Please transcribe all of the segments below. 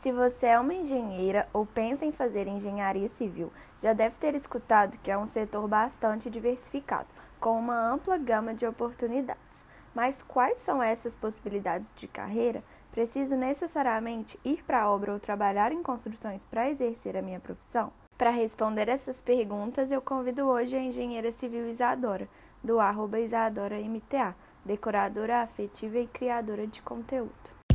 Se você é uma engenheira ou pensa em fazer engenharia civil, já deve ter escutado que é um setor bastante diversificado, com uma ampla gama de oportunidades. Mas quais são essas possibilidades de carreira? Preciso necessariamente ir para a obra ou trabalhar em construções para exercer a minha profissão? Para responder essas perguntas, eu convido hoje a engenheira civil Isadora, do @IsadoraMTA, decoradora afetiva e criadora de conteúdo.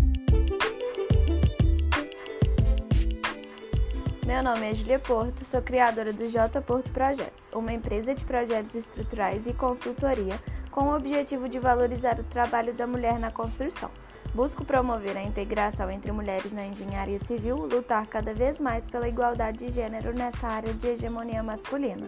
Meu nome é Júlia Porto, sou criadora do J Porto Projetos, uma empresa de projetos estruturais e consultoria com o objetivo de valorizar o trabalho da mulher na construção. Busco promover a integração entre mulheres na engenharia civil, lutar cada vez mais pela igualdade de gênero nessa área de hegemonia masculina.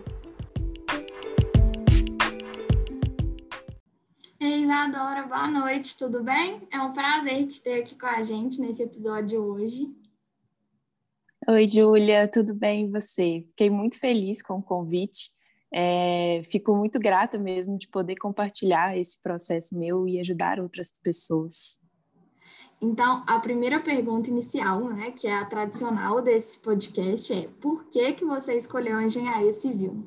Ei, Isadora, boa noite, tudo bem? É um prazer te ter aqui com a gente nesse episódio hoje. Oi, Júlia, tudo bem e você? Fiquei muito feliz com o convite. Fico muito grata mesmo de poder compartilhar esse processo meu e ajudar outras pessoas. Então, a primeira pergunta inicial, né, que é a tradicional desse podcast, é por que você escolheu a engenharia civil?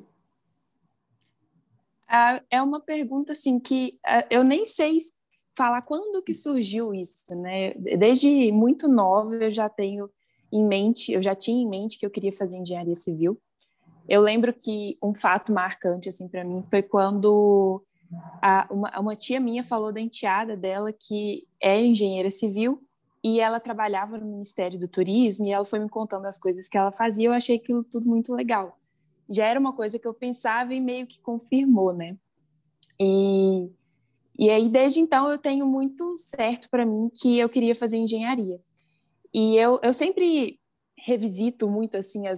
É uma pergunta assim que eu nem sei falar quando que surgiu isso, né? Desde muito nova eu já tinha em mente que eu queria fazer engenharia civil. Eu lembro que um fato marcante assim para mim foi quando uma tia minha falou da enteada dela que é engenheira civil e ela trabalhava no Ministério do Turismo e ela foi me contando as coisas que ela fazia. Eu achei aquilo tudo muito legal. Já era uma coisa que eu pensava e meio que confirmou, né? E aí, desde então, eu tenho muito certo para mim que eu queria fazer engenharia. E eu sempre revisito muito, assim,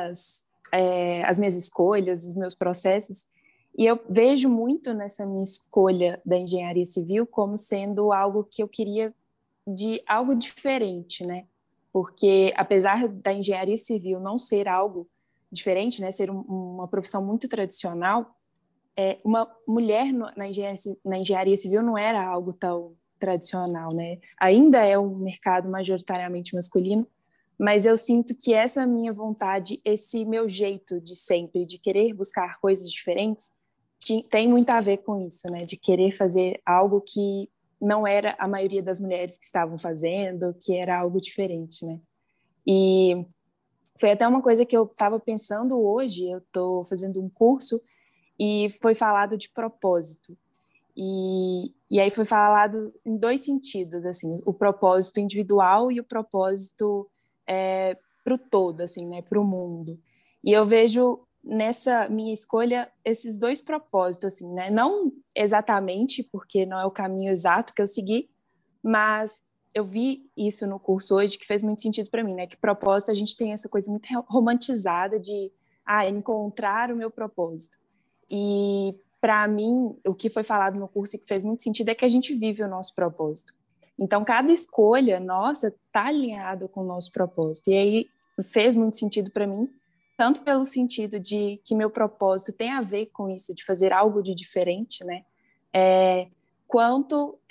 as minhas escolhas, os meus processos, e eu vejo muito nessa minha escolha da engenharia civil como sendo algo que eu queria de algo diferente, né? Porque, apesar da engenharia civil não ser algo diferente, né, ser uma profissão muito tradicional, uma mulher na engenharia civil não era algo tão tradicional, né? Ainda é um mercado majoritariamente masculino, mas eu sinto que essa minha vontade, esse meu jeito de sempre, de querer buscar coisas diferentes, tem muito a ver com isso, né? De querer fazer algo que não era a maioria das mulheres que estavam fazendo, que era algo diferente, né? E foi até uma coisa que eu estava pensando hoje, eu estou fazendo um curso e foi falado de propósito. E aí foi falado em dois sentidos, assim, o propósito individual e o propósito para o todo, assim, né, para o mundo. E eu vejo nessa minha escolha esses dois propósitos, assim, né, não exatamente porque não é o caminho exato que eu segui, mas eu vi isso no curso hoje que fez muito sentido para mim, né, que propósito a gente tem essa coisa muito romantizada de encontrar o meu propósito. E, para mim, o que foi falado no curso e que fez muito sentido é que a gente vive o nosso propósito. Então, cada escolha nossa está alinhada com o nosso propósito. E aí fez muito sentido para mim, tanto pelo sentido de que meu propósito tem a ver com isso, de fazer algo de diferente, né? Quanto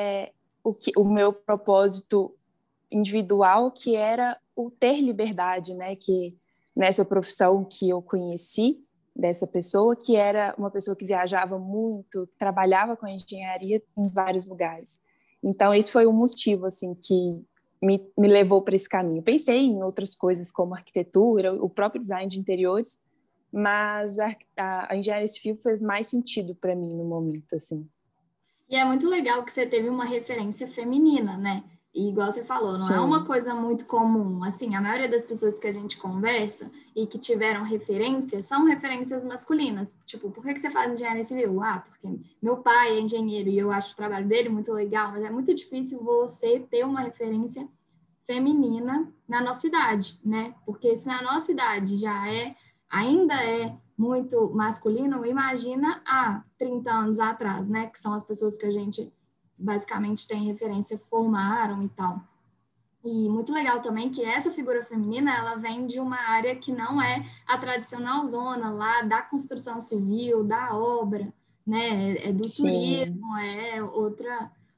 o meu propósito individual, que era o ter liberdade, né? Que nessa profissão que eu conheci, dessa pessoa, que era uma pessoa que viajava muito, trabalhava com engenharia em vários lugares. Então, esse foi um motivo, assim, que me levou para esse caminho. Pensei em outras coisas, como arquitetura, o próprio design de interiores, mas a engenharia civil fez mais sentido para mim no momento, assim. E é muito legal que você teve uma referência feminina, né? E igual você falou, não é uma Sim. coisa muito comum. Assim, a maioria das pessoas que a gente conversa e que tiveram referências são referências masculinas. Tipo, por que você faz engenharia civil? Porque meu pai é engenheiro e eu acho o trabalho dele muito legal, mas é muito difícil você ter uma referência feminina na nossa idade, né? Porque se na nossa idade ainda é muito masculino, imagina há 30 anos atrás, né? Que são as pessoas que a gente basicamente tem referência, formaram e tal. E muito legal também que essa figura feminina, ela vem de uma área que não é a tradicional zona lá da construção civil, da obra, né? É do Sim. turismo, é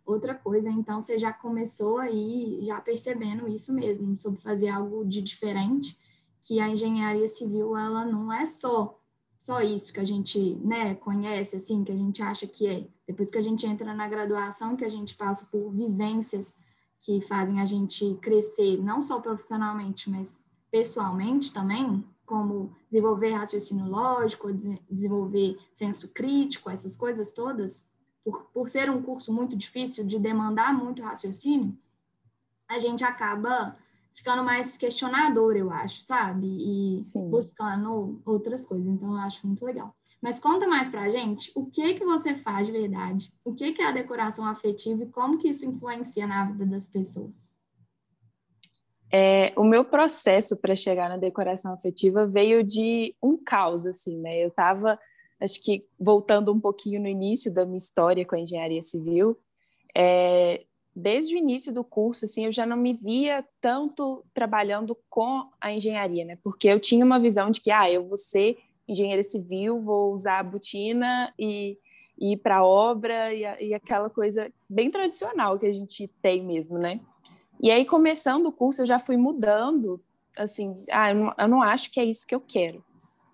outra coisa. Então, você já começou aí já percebendo isso mesmo, sobre fazer algo de diferente, que a engenharia civil, ela não é só isso que a gente, né, conhece, assim, que a gente acha que é. Depois que a gente entra na graduação, que a gente passa por vivências que fazem a gente crescer, não só profissionalmente, mas pessoalmente também, como desenvolver raciocínio lógico, desenvolver senso crítico, essas coisas todas, por ser um curso muito difícil, de demandar muito raciocínio, a gente acaba ficando mais questionador, eu acho, sabe? E Sim. buscando outras coisas. Então, eu acho muito legal. Mas conta mais pra gente, o que que você faz de verdade? O que que é a decoração afetiva e como que isso influencia na vida das pessoas? O meu processo para chegar na decoração afetiva veio de um caos, assim, né? Eu estava, acho que, voltando um pouquinho no início da minha história com a engenharia civil, desde o início do curso, assim, eu já não me via tanto trabalhando com a engenharia, né? Porque eu tinha uma visão de que, eu vou ser engenheira civil, vou usar a botina e ir para a obra e aquela coisa bem tradicional que a gente tem mesmo, né? E aí, começando o curso, eu já fui mudando, assim, eu não acho que é isso que eu quero.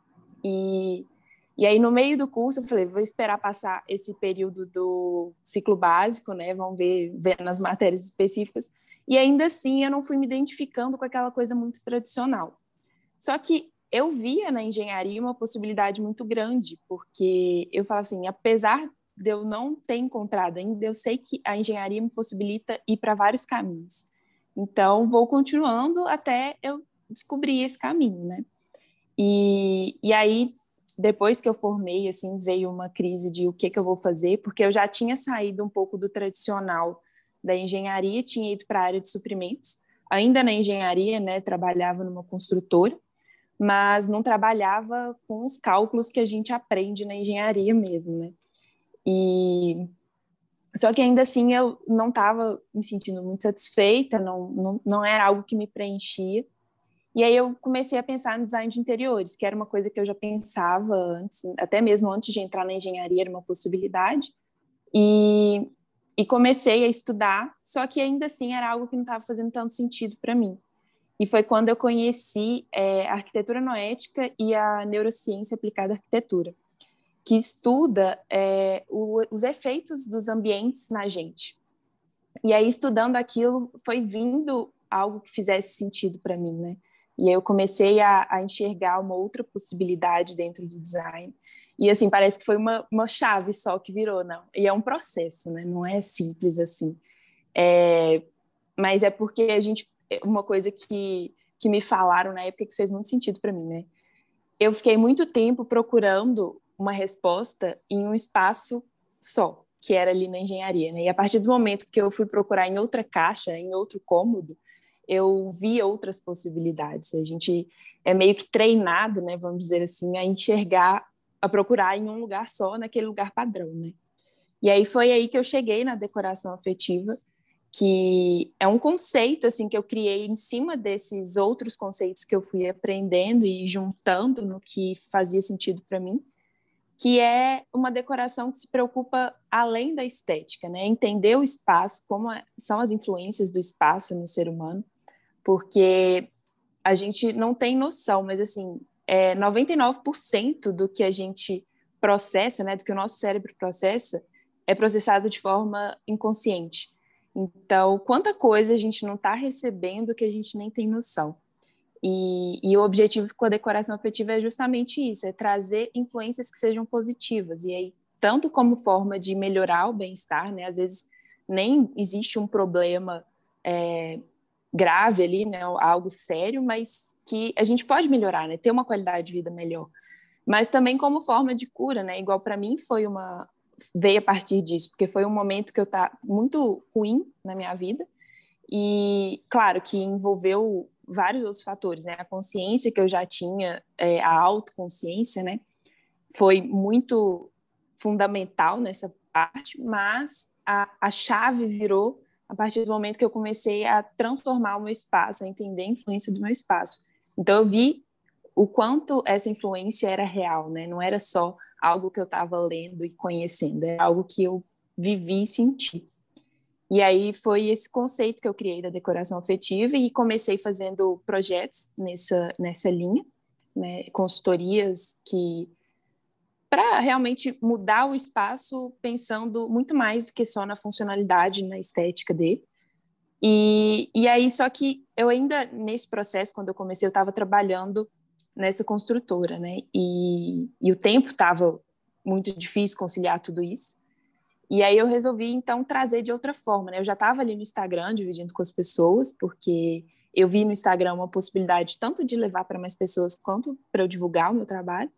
E aí, no meio do curso, eu falei, vou esperar passar esse período do ciclo básico, né? Vamos ver nas matérias específicas. E ainda assim, eu não fui me identificando com aquela coisa muito tradicional. Só que eu via na engenharia uma possibilidade muito grande, porque eu falava assim, apesar de eu não ter encontrado ainda, eu sei que a engenharia me possibilita ir para vários caminhos. Então, vou continuando até eu descobrir esse caminho, né? E aí, depois que eu formei, assim, veio uma crise de o que eu vou fazer, porque eu já tinha saído um pouco do tradicional da engenharia, tinha ido para a área de suprimentos, ainda na engenharia, né? Trabalhava numa construtora, mas não trabalhava com os cálculos que a gente aprende na engenharia mesmo, né? Só que ainda assim eu não estava me sentindo muito satisfeita, não era algo que me preenchia. E aí eu comecei a pensar no design de interiores, que era uma coisa que eu já pensava antes, até mesmo antes de entrar na engenharia era uma possibilidade. E, e comecei a estudar, só que ainda assim era algo que não estava fazendo tanto sentido para mim. E foi quando eu conheci a arquitetura noética e a neurociência aplicada à arquitetura, que estuda os efeitos dos ambientes na gente. E aí, estudando aquilo, foi vindo algo que fizesse sentido para mim, né? E aí eu comecei a enxergar uma outra possibilidade dentro do design. E, assim, parece que foi uma chave só que virou, não. E é um processo, né? Não é simples assim. Mas é porque uma coisa que me falaram na época que fez muito sentido para mim, né? Eu fiquei muito tempo procurando uma resposta em um espaço só, que era ali na engenharia, né? E a partir do momento que eu fui procurar em outra caixa, em outro cômodo, eu vi outras possibilidades. A gente é meio que treinado, né, vamos dizer assim, a enxergar, a procurar em um lugar só, naquele lugar padrão, né? E aí foi aí que eu cheguei na decoração afetiva, que é um conceito assim que eu criei em cima desses outros conceitos que eu fui aprendendo e juntando no que fazia sentido para mim, que é uma decoração que se preocupa além da estética, né? Entender o espaço, são as influências do espaço no ser humano, porque a gente não tem noção, mas assim, 99% do que a gente processa, né, do que o nosso cérebro processa, é processado de forma inconsciente. Então, quanta coisa a gente não está recebendo que a gente nem tem noção. E o objetivo com a decoração afetiva é justamente isso, é trazer influências que sejam positivas. E aí, tanto como forma de melhorar o bem-estar, né? Às vezes nem existe um problema grave ali, né? Algo sério, mas que a gente pode melhorar, né? Ter uma qualidade de vida melhor. Mas também como forma de cura, né? Igual para mim veio a partir disso, porque foi um momento que eu estava muito ruim na minha vida. E, claro, que envolveu vários outros fatores, né? A consciência que eu já tinha, a autoconsciência, né? Foi muito fundamental nessa parte, mas a chave virou a partir do momento que eu comecei a transformar o meu espaço, a entender a influência do meu espaço. Então, eu vi o quanto essa influência era real, né? Não era só algo que eu estava lendo e conhecendo, é algo que eu vivi e senti. E aí foi esse conceito que eu criei da decoração afetiva e comecei fazendo projetos nessa linha, né, consultorias que para realmente mudar o espaço pensando muito mais do que só na funcionalidade, na estética dele. E aí, só que eu ainda, nesse processo, quando eu comecei, eu estava trabalhando nessa construtora, né? E o tempo estava muito difícil conciliar tudo isso. E aí eu resolvi, então, trazer de outra forma, né? Eu já estava ali no Instagram, dividindo com as pessoas, porque eu vi no Instagram uma possibilidade tanto de levar para mais pessoas, quanto para eu divulgar o meu trabalho.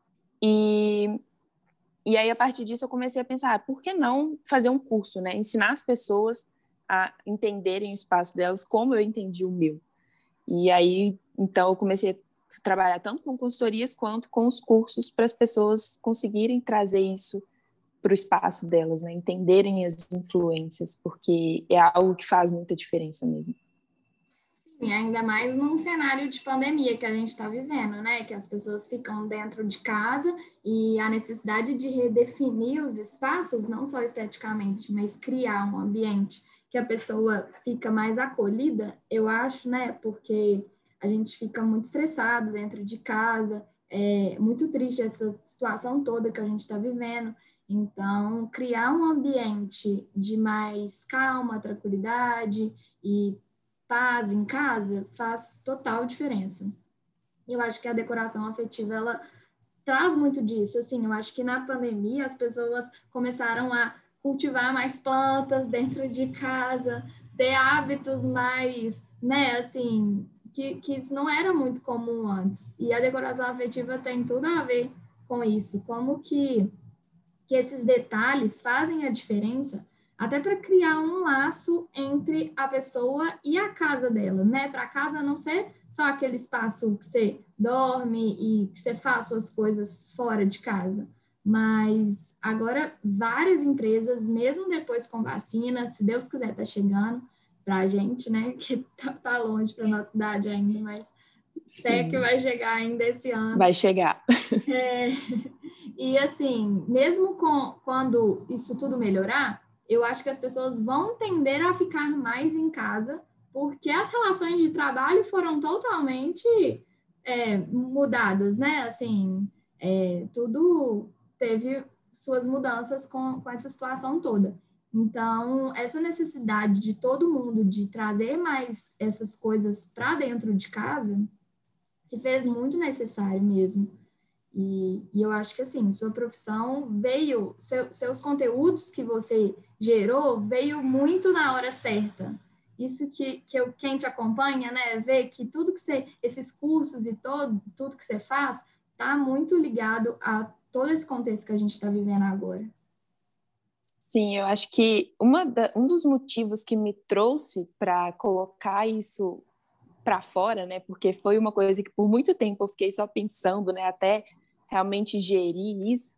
E aí, a partir disso, eu comecei a pensar, por que não fazer um curso, né? Ensinar as pessoas a entenderem o espaço delas como eu entendi o meu. E aí, então, eu comecei a trabalhar tanto com consultorias quanto com os cursos para as pessoas conseguirem trazer isso para o espaço delas, né? Entenderem as influências, porque é algo que faz muita diferença mesmo. Sim, ainda mais num cenário de pandemia que a gente está vivendo, né? Que as pessoas ficam dentro de casa e a necessidade de redefinir os espaços, não só esteticamente, mas criar um ambiente que a pessoa fica mais acolhida, eu acho, né? Porque a gente fica muito estressado dentro de casa, é muito triste essa situação toda que a gente está vivendo. Então, criar um ambiente de mais calma, tranquilidade e paz em casa faz total diferença. Eu acho que a decoração afetiva, ela traz muito disso. Assim, eu acho que na pandemia as pessoas começaram a cultivar mais plantas dentro de casa, ter hábitos mais, né, assim, que isso não era muito comum antes. E a decoração afetiva tem tudo a ver com isso. Como que esses detalhes fazem a diferença até para criar um laço entre a pessoa e a casa dela, né? Para a casa não ser só aquele espaço que você dorme e que você faz suas coisas fora de casa, mas agora várias empresas, mesmo depois com vacina, se Deus quiser, tá chegando para a gente, né? Que tá longe para nossa cidade ainda, mas até que vai chegar ainda esse ano. Vai chegar. É, e assim, mesmo quando isso tudo melhorar, eu acho que as pessoas vão tender a ficar mais em casa, porque as relações de trabalho foram totalmente mudadas, né? Assim, tudo teve suas mudanças com essa situação toda. Então, essa necessidade de todo mundo de trazer mais essas coisas para dentro de casa se fez muito necessário mesmo. E eu acho que, assim, sua profissão veio, seus conteúdos que você gerou veio muito na hora certa. Isso quem te acompanha, né, vê que tudo que você, esses cursos e tudo que você faz, está muito ligado a todo esse contexto que a gente está vivendo agora. Sim, eu acho que um dos motivos que me trouxe para colocar isso para fora, né, porque foi uma coisa que por muito tempo eu fiquei só pensando, né, até realmente gerir isso,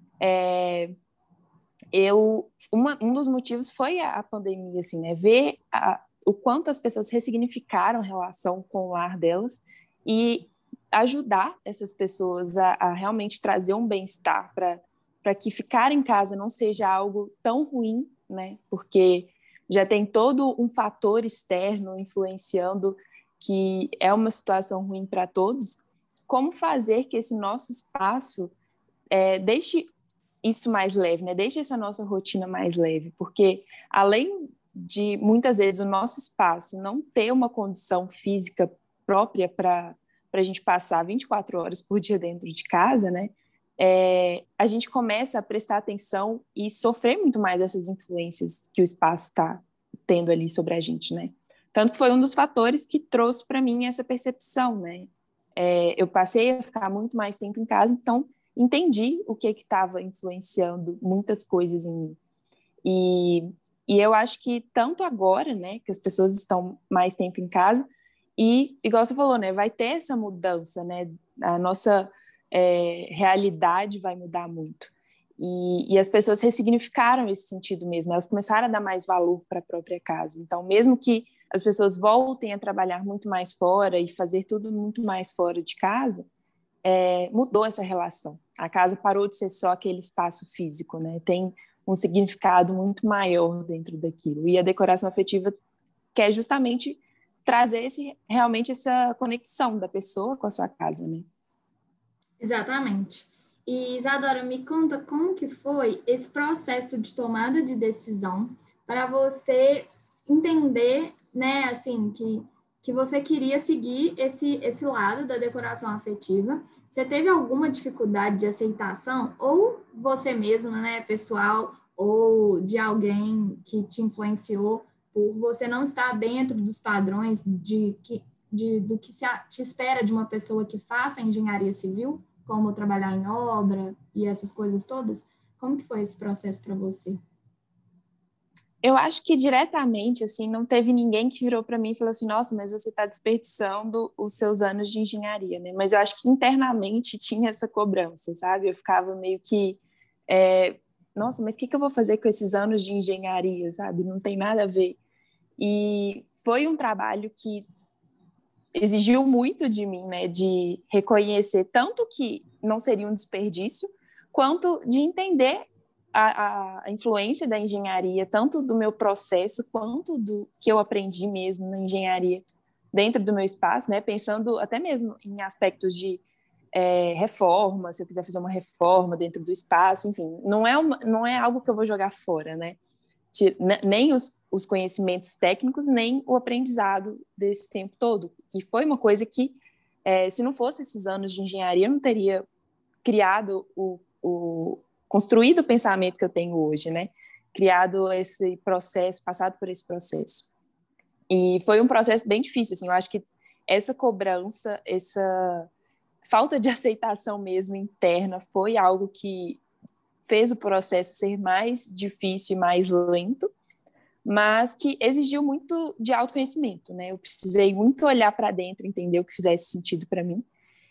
um dos motivos foi a pandemia, assim, né, ver o quanto as pessoas ressignificaram a relação com o lar delas e ajudar essas pessoas a realmente trazer um bem-estar para que ficar em casa não seja algo tão ruim, né, porque já tem todo um fator externo influenciando que é uma situação ruim para todos. Como fazer que esse nosso espaço deixe isso mais leve, né? Deixe essa nossa rotina mais leve, porque além de muitas vezes o nosso espaço não ter uma condição física própria para a gente passar 24 horas por dia dentro de casa, né? A gente começa a prestar atenção e sofrer muito mais dessas influências que o espaço está tendo ali sobre a gente, né? Tanto que foi um dos fatores que trouxe para mim essa percepção, né? Eu passei a ficar muito mais tempo em casa, então entendi o que estava influenciando muitas coisas em mim. E eu acho que tanto agora, né, que as pessoas estão mais tempo em casa, e, igual você falou, né, vai ter essa mudança, né, a nossa realidade vai mudar muito. E as pessoas ressignificaram esse sentido mesmo, elas começaram a dar mais valor para a própria casa. Então, mesmo que as pessoas voltem a trabalhar muito mais fora e fazer tudo muito mais fora de casa, mudou essa relação. A casa parou de ser só aquele espaço físico, né? Tem um significado muito maior dentro daquilo. E a decoração afetiva quer justamente trazer realmente essa conexão da pessoa com a sua casa, né? Exatamente. E, Isadora, me conta como que foi esse processo de tomada de decisão para você entender, né, assim, que você queria seguir esse lado da decoração afetiva. Você teve alguma dificuldade de aceitação, ou você mesma, né, pessoal, ou de alguém que te influenciou por você não estar dentro dos padrões do que te espera de uma pessoa que faça engenharia civil, como trabalhar em obra e essas coisas todas? Como que foi esse processo para você? Eu acho que diretamente, assim, não teve ninguém que virou para mim e falou assim, nossa, mas você está desperdiçando os seus anos de engenharia, né? Mas eu acho que internamente tinha essa cobrança, sabe? Eu ficava meio que, nossa, mas o que eu vou fazer com esses anos de engenharia, sabe? Não tem nada a ver. E foi um trabalho que exigiu muito de mim, né? De reconhecer tanto que não seria um desperdício, quanto de entender a influência da engenharia, tanto do meu processo, quanto do que eu aprendi mesmo na engenharia dentro do meu espaço, né? Pensando até mesmo em aspectos de reforma, se eu quiser fazer uma reforma dentro do espaço, enfim, não é algo que eu vou jogar fora, né? Nem os conhecimentos técnicos, nem o aprendizado desse tempo todo. E foi uma coisa que, se não fosse esses anos de engenharia, eu não teria criado construído o pensamento que eu tenho hoje, né? Criado esse processo, passado por esse processo. E foi um processo bem difícil, assim, eu acho que essa cobrança, essa falta de aceitação mesmo interna foi algo que fez o processo ser mais difícil e mais lento, mas que exigiu muito de autoconhecimento, né? Eu precisei muito olhar para dentro, entender o que fizesse sentido para mim.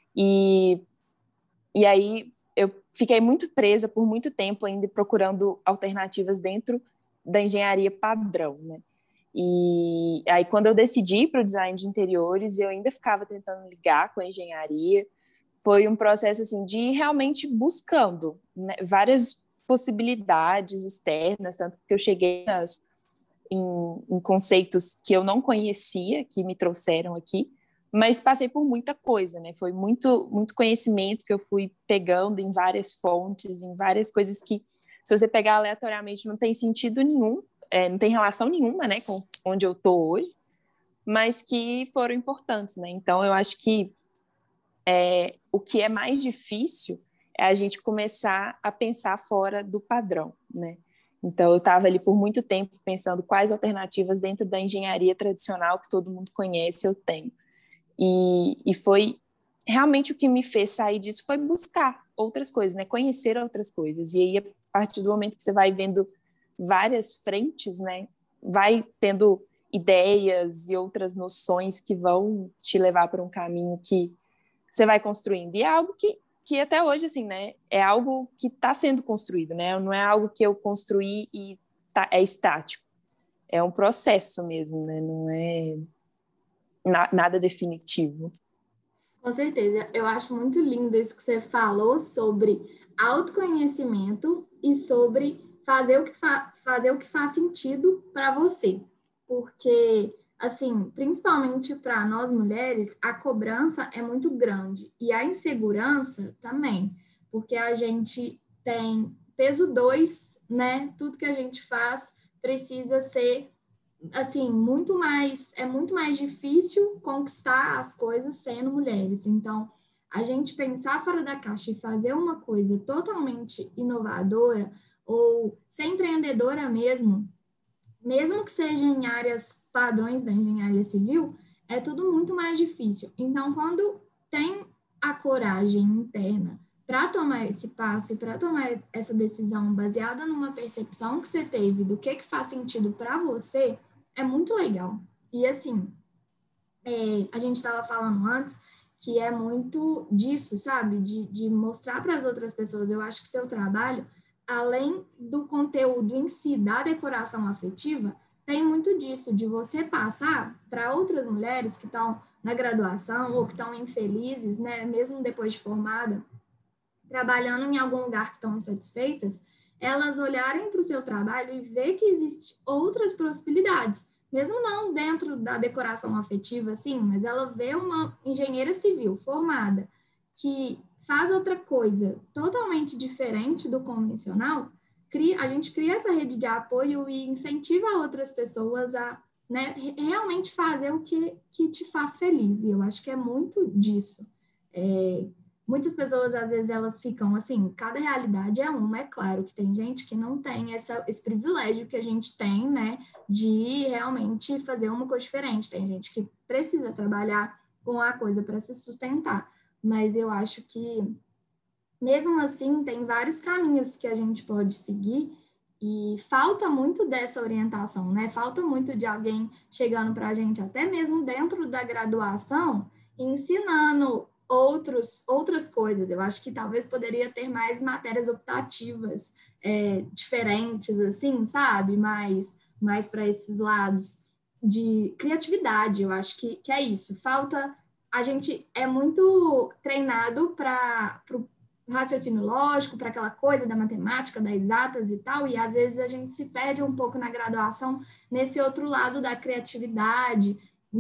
E aí eu fiquei muito presa por muito tempo ainda procurando alternativas dentro da engenharia padrão, né? E aí quando eu decidi para o design de interiores, eu ainda ficava tentando ligar com a engenharia. Foi um processo assim de ir realmente buscando, né, várias possibilidades externas, tanto que eu cheguei em conceitos que eu não conhecia, que me trouxeram aqui, mas passei por muita coisa, né? Foi muito conhecimento que eu fui pegando em várias fontes, em várias coisas que, se você pegar aleatoriamente, não tem sentido nenhum, não tem relação nenhuma, né, com onde eu tô hoje, mas que foram importantes, né? Então, eu acho que o que é mais difícil é a gente começar a pensar fora do padrão, né? Então, eu estava ali por muito tempo pensando quais alternativas dentro da engenharia tradicional que todo mundo conhece eu tenho. E foi realmente o que me fez sair disso foi buscar outras coisas, né? Conhecer outras coisas. E aí, a partir do momento que você vai vendo várias frentes, né? Vai tendo ideias e outras noções que vão te levar para um caminho que você vai construindo. E é algo que até hoje, assim, né? É algo que está sendo construído, né? Não é algo que eu construí e é estático. É um processo mesmo, né? Não é nada definitivo. Com certeza, eu acho muito lindo isso que você falou sobre autoconhecimento e sobre fazer fazer o que faz sentido para você. Porque, assim, principalmente para nós mulheres, a cobrança é muito grande e a insegurança também, porque a gente tem peso 2, né? Tudo que a gente faz precisa ser assim, é muito mais difícil conquistar as coisas sendo mulheres. Então, a gente pensar fora da caixa e fazer uma coisa totalmente inovadora ou ser empreendedora mesmo que seja em áreas padrões da engenharia civil, é tudo muito mais difícil. Então, quando tem a coragem interna para tomar esse passo e para tomar essa decisão baseada numa percepção que você teve do que faz sentido para você, é muito legal. E assim, a gente estava falando antes que é muito disso, sabe? De mostrar para as outras pessoas. Eu acho que seu trabalho, além do conteúdo em si da decoração afetiva, tem muito disso, de você passar para outras mulheres que estão na graduação ou que estão infelizes, né? Mesmo depois de formada, trabalhando em algum lugar que estão insatisfeitas, elas olharem para o seu trabalho e ver que existem outras possibilidades, mesmo não dentro da decoração afetiva, assim, mas ela vê uma engenheira civil formada que faz outra coisa totalmente diferente do convencional, a gente cria essa rede de apoio e incentiva outras pessoas a, né, realmente fazer o que te faz feliz. E eu acho que é muito disso. Muitas pessoas, às vezes, elas ficam assim, cada realidade é uma, é claro que tem gente que não tem esse privilégio que a gente tem, né, de realmente fazer uma coisa diferente. Tem gente que precisa trabalhar com a coisa para se sustentar, mas eu acho que, mesmo assim, tem vários caminhos que a gente pode seguir e falta muito dessa orientação, né? Falta muito de alguém chegando para a gente, até mesmo dentro da graduação, ensinando outras coisas. Eu acho que talvez poderia ter mais matérias optativas diferentes, assim, sabe? Mais para esses lados de criatividade. Eu acho que é isso. Falta. A gente é muito treinado para raciocínio lógico, para aquela coisa da matemática, das exatas e tal, e às vezes a gente se perde um pouco na graduação nesse outro lado da criatividade,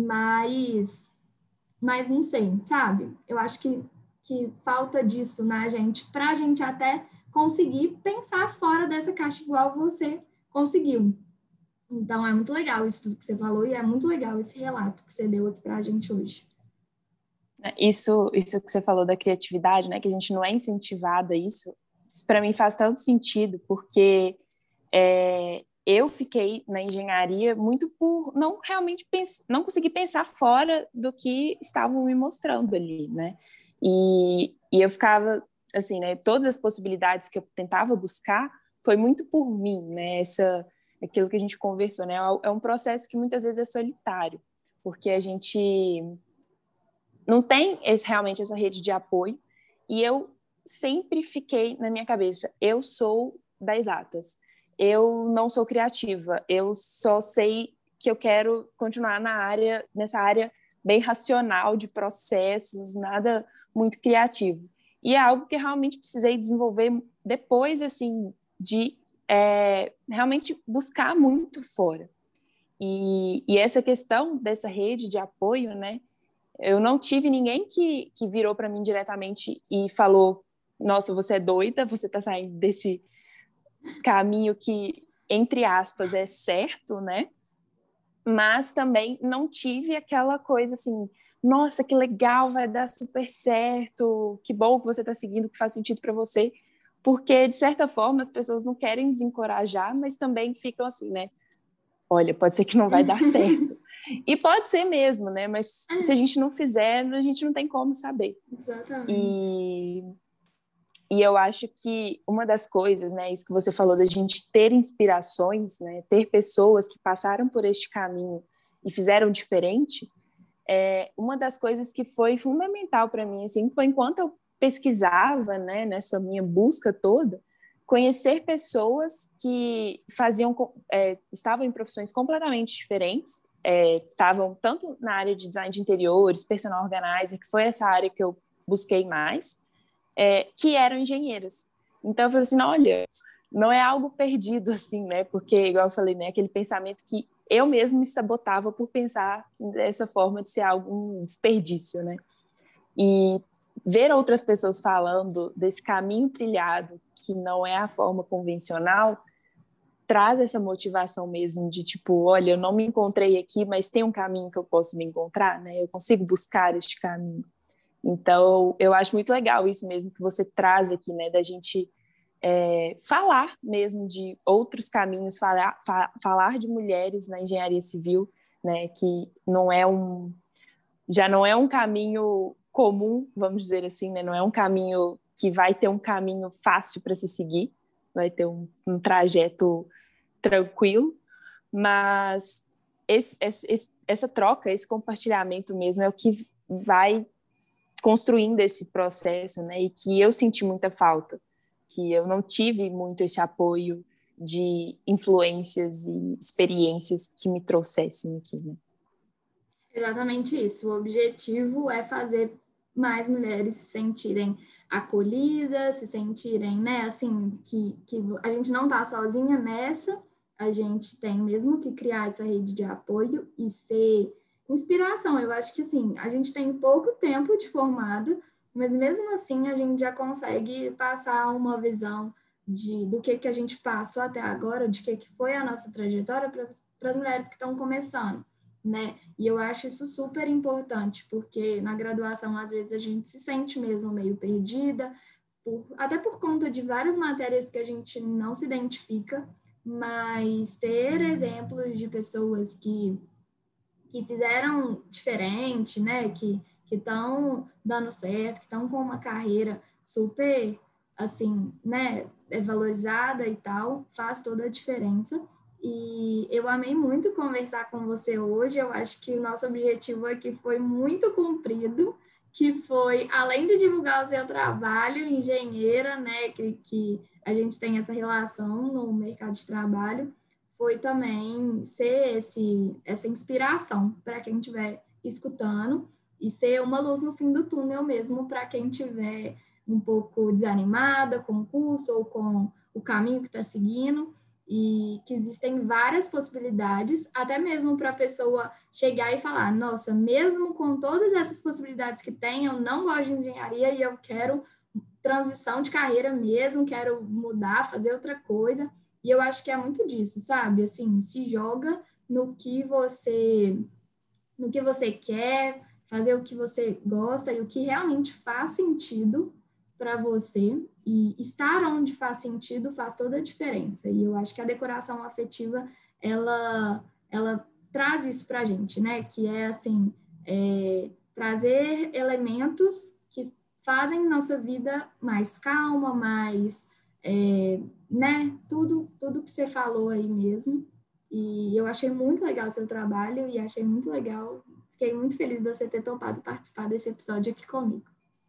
mas não sei, sabe? Eu acho que falta disso na gente, para a gente até conseguir pensar fora dessa caixa igual você conseguiu. Então, é muito legal isso que você falou e é muito legal esse relato que você deu aqui para a gente hoje. Isso que você falou da criatividade, né, que a gente não é incentivada a isso para mim faz tanto sentido, porque eu fiquei na engenharia muito por não realmente não conseguir pensar fora do que estavam me mostrando ali, né? E eu ficava assim, né? Todas as possibilidades que eu tentava buscar foi muito por mim, né? Aquilo que a gente conversou, né? É um processo que muitas vezes é solitário, porque a gente não tem realmente essa rede de apoio, e eu sempre fiquei na minha cabeça, eu sou das exatas, eu não sou criativa, eu só sei que eu quero continuar nessa área bem racional de processos, nada muito criativo. E é algo que eu realmente precisei desenvolver depois, assim, de realmente buscar muito fora. E essa questão dessa rede de apoio, né, eu não tive ninguém que virou para mim diretamente e falou: nossa, você é doida, você está saindo desse caminho que, entre aspas, é certo, né? Mas também não tive aquela coisa assim: nossa, que legal, vai dar super certo, que bom que você está seguindo, que faz sentido para você. Porque, de certa forma, as pessoas não querem desencorajar, mas também ficam assim, né? Olha, pode ser que não vai dar certo. E pode ser mesmo, né? Mas se a gente não fizer, a gente não tem como saber. Exatamente. E eu acho que uma das coisas, né, isso que você falou da gente ter inspirações, né, ter pessoas que passaram por este caminho e fizeram diferente, uma das coisas que foi fundamental para mim, assim, foi enquanto eu pesquisava, né, nessa minha busca toda, conhecer pessoas que estavam em profissões completamente diferentes, estavam tanto na área de design de interiores, personal organizer, que foi essa área que eu busquei mais, que eram engenheiras. Então eu falei assim, olha, não é algo perdido assim, né? Porque, igual eu falei, né, aquele pensamento que eu mesmo me sabotava por pensar dessa forma de ser algum desperdício, né? E ver outras pessoas falando desse caminho trilhado, que não é a forma convencional, traz essa motivação mesmo de tipo, olha, eu não me encontrei aqui, mas tem um caminho que eu posso me encontrar, né? Eu consigo buscar este caminho. Então, eu acho muito legal isso mesmo que você traz aqui, né? Da gente falar mesmo de outros caminhos, falar de mulheres na engenharia civil, né? Que já não é um caminho comum, vamos dizer assim, né? Não é um caminho que vai ter um caminho fácil para se seguir, vai ter um trajeto tranquilo, mas essa troca, esse compartilhamento mesmo é o que vai construindo esse processo, né? E que eu senti muita falta, que eu não tive muito esse apoio de influências e experiências que me trouxessem aqui, né? Exatamente isso. O objetivo é fazer mais mulheres se sentirem acolhidas, se sentirem, né, assim, que a gente não está sozinha nessa, a gente tem mesmo que criar essa rede de apoio e ser inspiração. Eu acho que, assim, a gente tem pouco tempo de formada, mas mesmo assim a gente já consegue passar uma visão do que a gente passou até agora, de que foi a nossa trajetória para as mulheres que estão começando, né? E eu acho isso super importante, porque na graduação, às vezes, a gente se sente mesmo meio perdida, até por conta de várias matérias que a gente não se identifica, mas ter exemplos de pessoas que fizeram diferente, né? Que estão dando certo, que estão com uma carreira super, assim, né? Valorizada e tal, faz toda a diferença. E eu amei muito conversar com você hoje. Eu acho que o nosso objetivo aqui foi muito cumprido, que foi, além de divulgar o seu trabalho, engenheira, né? Que a gente tem essa relação no mercado de trabalho, foi também ser essa inspiração para quem estiver escutando e ser uma luz no fim do túnel mesmo para quem estiver um pouco desanimada com o curso ou com o caminho que está seguindo, e que existem várias possibilidades, até mesmo para a pessoa chegar e falar, nossa, mesmo com todas essas possibilidades que tem, eu não gosto de engenharia e eu quero transição de carreira mesmo, quero mudar, fazer outra coisa. E eu acho que é muito disso, sabe? Assim, se joga no que você quer, fazer o que você gosta e o que realmente faz sentido para você. E estar onde faz sentido faz toda a diferença. E eu acho que a decoração afetiva, ela traz isso para a gente, né? Que é, assim, trazer elementos que fazem nossa vida mais calma, mais... né? Tudo que você falou aí mesmo. E eu achei muito legal o seu trabalho e achei muito legal. Fiquei muito feliz de você ter topado participar desse episódio aqui comigo.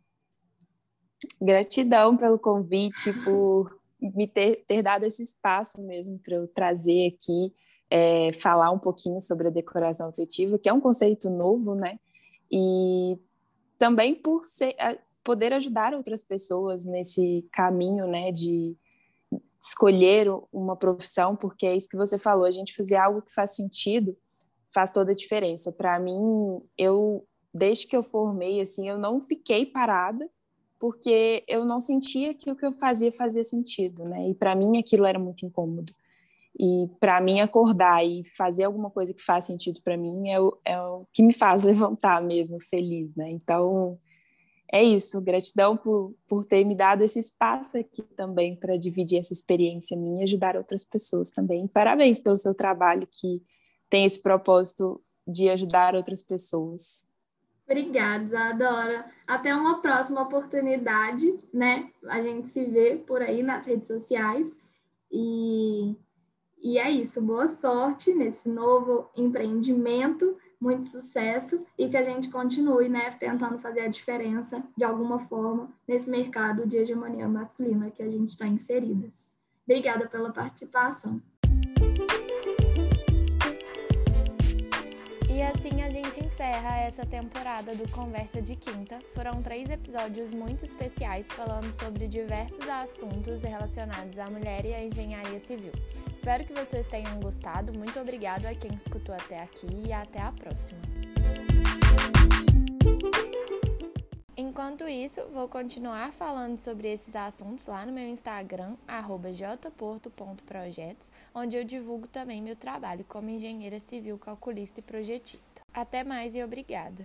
Gratidão pelo convite, por me ter dado esse espaço mesmo para eu trazer aqui, falar um pouquinho sobre a decoração afetiva, que é um conceito novo, né? E também por poder ajudar outras pessoas nesse caminho, né, de escolher uma profissão, porque é isso que você falou, a gente fazer algo que faz sentido, faz toda a diferença. Para mim, desde que eu formei, assim, eu não fiquei parada, porque eu não sentia que o que eu fazia sentido, né? E para mim aquilo era muito incômodo. E para mim acordar e fazer alguma coisa que faz sentido para mim é o que me faz levantar mesmo feliz, né? Então, é isso, gratidão por ter me dado esse espaço aqui também para dividir essa experiência minha e ajudar outras pessoas também. Parabéns pelo seu trabalho que tem esse propósito de ajudar outras pessoas. Obrigada, Isadora. Até uma próxima oportunidade, né? A gente se vê por aí nas redes sociais. E é isso. Boa sorte nesse novo empreendimento. Muito sucesso e que a gente continue, né, tentando fazer a diferença de alguma forma nesse mercado de hegemonia masculina que a gente está inseridas. Obrigada pela participação. E assim a gente encerra essa temporada do Conversa de Quinta. Foram 3 episódios muito especiais falando sobre diversos assuntos relacionados à mulher e à engenharia civil. Espero que vocês tenham gostado. Muito obrigada a quem escutou até aqui e até a próxima. Enquanto isso, vou continuar falando sobre esses assuntos lá no meu Instagram, @jporto.projetos, onde eu divulgo também meu trabalho como engenheira civil, calculista e projetista. Até mais e obrigada!